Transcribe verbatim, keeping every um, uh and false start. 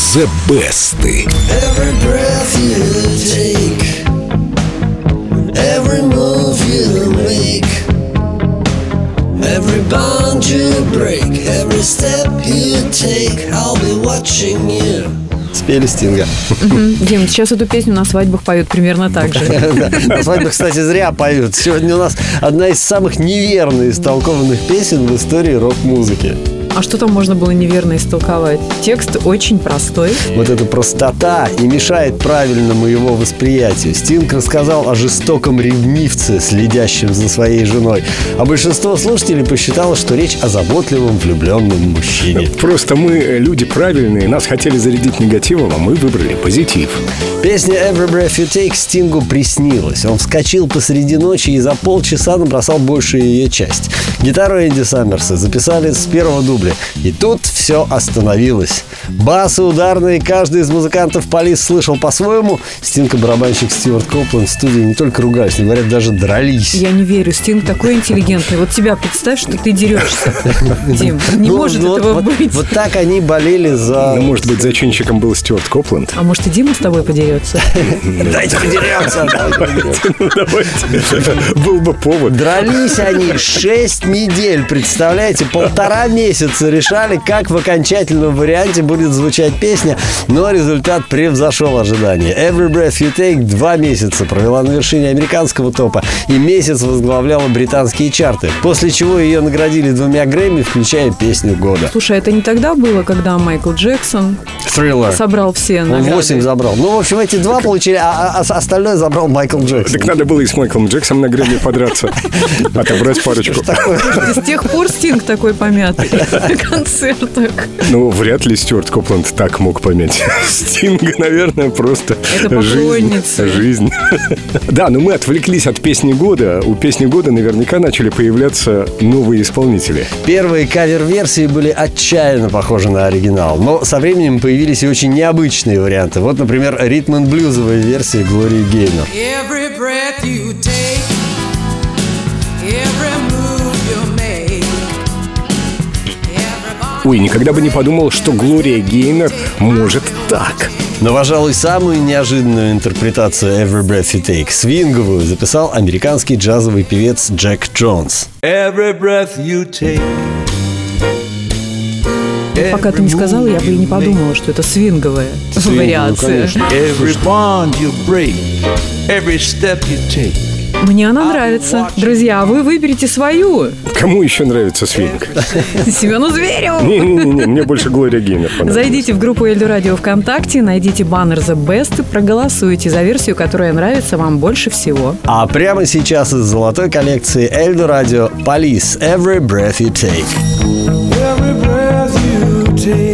The Best. Every breath you take, every move you make, every bond you break, every step you take, I'll be watching you. Спели Стинга. Дим, сейчас эту песню на свадьбах поют примерно так же. На свадьбах, кстати, зря поют. Сегодня у нас одна из самых неверно истолкованных песен в истории рок-музыки. А что там можно было неверно истолковать? Текст очень простой. Вот эта простота и мешает правильному его восприятию. Стинг рассказал о жестоком ревнивце, следящем за своей женой. А большинство слушателей посчитало, что речь о заботливом влюбленном мужчине. Просто мы люди правильные, нас хотели зарядить негативом, а мы выбрали позитив. Песня «Every Breath You Take» Стингу приснилась. Он вскочил посреди ночи и за полчаса набросал большую ее часть. Гитару Энди Саммерса записали с первого дубля. И тут все остановилось. Басы, ударные, каждый из музыкантов Police слышал по-своему. Стинг и барабанщик Стюарт Копланд в студии не только ругались, но, говорят, даже дрались. Я не верю, Стинг такой интеллигентный. Вот тебя представь, что ты дерешься, Дим. Не Ну, может ну, этого вот, быть. Вот так они болели за... Ну, может быть, зачинщиком был Стюарт Копланд? А может, и Дима с тобой подерется? Дайте подеремся. Ну, давайте. Был бы повод. Дрались они шесть недель, представляете? Полтора месяца решали, как в окончательном варианте будет звучать песня, но результат превзошел ожидания. Every Breath You Take два месяца провела на вершине американского топа и месяц возглавляла британские чарты, после чего ее наградили двумя Грэмми, включая песню года. Слушай, это не тогда было, когда Майкл Джексон Thriller. собрал все Он награды? восемь забрал. Ну, в общем, эти два получили, а, а остальное забрал Майкл Джексон. Так надо было и с Майклом Джексоном на Грэмми подраться. Отобрать парочку. С тех пор Стинг такой помятый на концертах. Ну, вряд ли Стюарт Копланд так мог помять Стинга, наверное, просто Это жизнь. поклонницы. Жизнь. Да, но мы отвлеклись от песни года. У песни года наверняка начали появляться новые исполнители. Первые кавер-версии были отчаянно похожи на оригинал, но со временем появились и очень необычные варианты. Вот, например, ритм-н-блюзовая версия Глории Гейнор. Every breath you take, every move you make, every bond. Ой, никогда бы не подумал, что Глория Гейнор может так. Но, пожалуй, самую неожиданную интерпретацию «Every Breath You Take» свинговую записал американский джазовый певец Джек Джонс. Every breath you take. Пока ты не сказала, я бы и не подумала, что это свинговая вариация. Every bond you break, every step you take. Мне она нравится. Друзья, а вы выберите свою. Кому еще нравится свинг? Семену Звереву. Не-не-не, мне больше Глория Гейнор понравилась. Зайдите в группу Эльдо Радио ВКонтакте, найдите баннер The Best и проголосуйте за версию, которая нравится вам больше всего. А прямо сейчас из золотой коллекции Эльдо Радио Police «Every Breath You Take». Every breath you take.